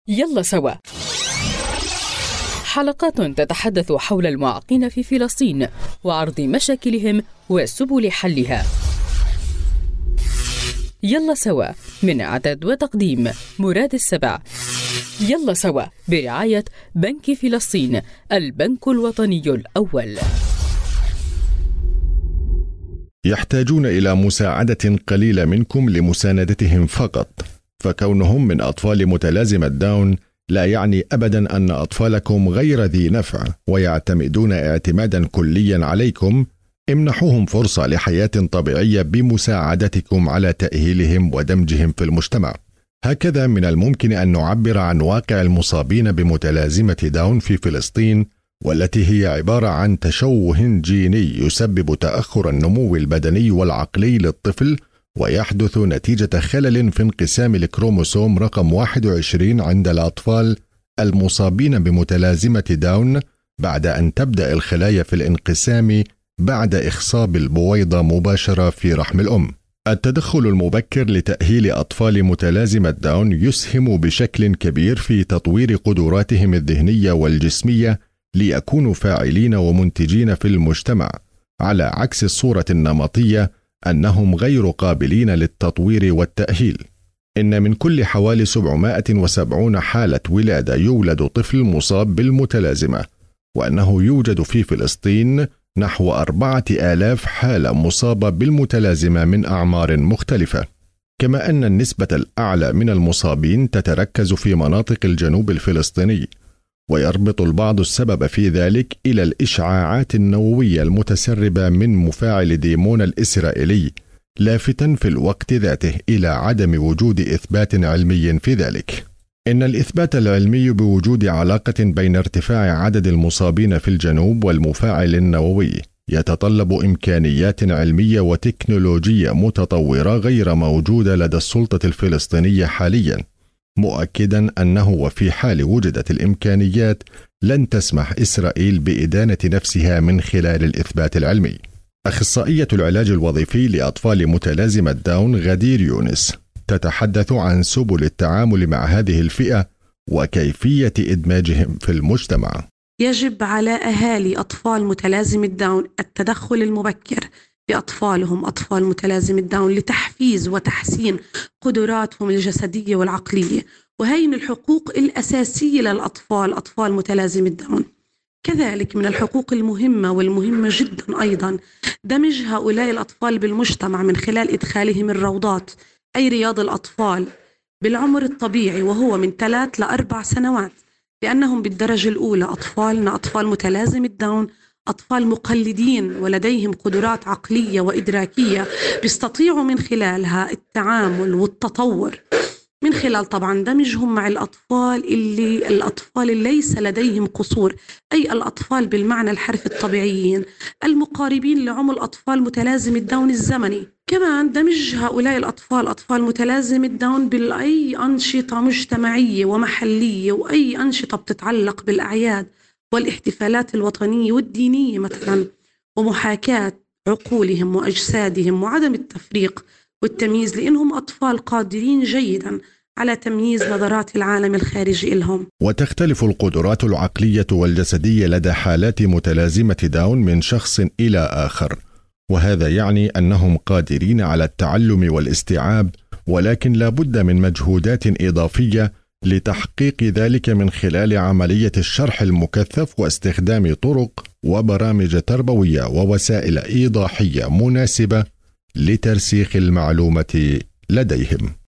يلا سوا، حلقات تتحدث حول المعاقين في فلسطين وعرض مشاكلهم وسبل حلها. يلا سوا من إعداد وتقديم مراد السبع. يلا سوا برعاية بنك فلسطين، البنك الوطني الأول. يحتاجون إلى مساعدة قليلة منكم لمساندتهم فقط، فكونهم من أطفال متلازمة داون لا يعني أبدا أن أطفالكم غير ذي نفع ويعتمدون اعتمادا كليا عليكم. امنحوهم فرصة لحياة طبيعية بمساعدتكم على تأهيلهم ودمجهم في المجتمع. هكذا من الممكن أن نعبر عن واقع المصابين بمتلازمة داون في فلسطين، والتي هي عبارة عن تشوه جيني يسبب تأخر النمو البدني والعقلي للطفل، ويحدث نتيجة خلل في انقسام الكروموسوم رقم 21 عند الأطفال المصابين بمتلازمة داون بعد أن تبدأ الخلايا في الانقسام بعد إخصاب البويضة مباشرة في رحم الأم. التدخل المبكر لتأهيل أطفال متلازمة داون يسهم بشكل كبير في تطوير قدراتهم الذهنية والجسمية ليكونوا فاعلين ومنتجين في المجتمع، على عكس الصورة النمطية أنهم غير قابلين للتطوير والتأهيل. إن من كل حوالي 770 حالة ولادة يولد طفل مصاب بالمتلازمة، وأنه يوجد في فلسطين نحو 4000 حالة مصابة بالمتلازمة من أعمار مختلفة، كما أن النسبة الأعلى من المصابين تتركز في مناطق الجنوب الفلسطيني، ويربط البعض السبب في ذلك إلى الإشعاعات النووية المتسربة من مفاعل ديمونا الإسرائيلي، لافتا في الوقت ذاته إلى عدم وجود إثبات علمي في ذلك. إن الإثبات العلمي بوجود علاقة بين ارتفاع عدد المصابين في الجنوب والمفاعل النووي يتطلب إمكانيات علمية وتكنولوجية متطورة غير موجودة لدى السلطة الفلسطينية حاليا، مؤكدا أنه وفي حال وجدت الإمكانيات لن تسمح إسرائيل بإدانة نفسها من خلال الإثبات العلمي. أخصائية العلاج الوظيفي لأطفال متلازمة داون غدير يونس تتحدث عن سبل التعامل مع هذه الفئة وكيفية إدماجهم في المجتمع. يجب على أهالي أطفال متلازمة داون التدخل المبكر بأطفالهم أطفال متلازمة داون لتحفيز وتحسين قدراتهم الجسدية والعقلية، وهي من الحقوق الأساسية للأطفال أطفال متلازمة داون. كذلك من الحقوق المهمة والمهمة جدا أيضا دمج هؤلاء الأطفال بالمجتمع من خلال إدخالهم الروضات، أي رياض الأطفال بالعمر الطبيعي وهو من 3 ل 4 سنوات، لأنهم بالدرجة الأولى أطفالنا أطفال متلازمة داون أطفال مقلدين ولديهم قدرات عقلية وإدراكية بيستطيعوا من خلالها التعامل والتطور، من خلال طبعا دمجهم مع الأطفال اللي ليس لديهم قصور، أي الأطفال بالمعنى الحرفي الطبيعيين المقاربين لعمر أطفال متلازمة داون الزمني. كمان دمج هؤلاء الأطفال أطفال متلازمة داون بأي أنشطة مجتمعية ومحلية وأي أنشطة بتتعلق بالأعياد والاحتفالات الوطنية والدينية مثلا، ومحاكاة عقولهم وأجسادهم وعدم التفريق والتمييز، لأنهم أطفال قادرين جيدا على تمييز نظرات العالم الخارجي لهم. وتختلف القدرات العقلية والجسدية لدى حالات متلازمة داون من شخص إلى آخر، وهذا يعني أنهم قادرين على التعلم والاستيعاب، ولكن لا بد من مجهودات إضافية لتحقيق ذلك من خلال عملية الشرح المكثف واستخدام طرق وبرامج تربوية ووسائل إيضاحية مناسبة لترسيخ المعلومة لديهم.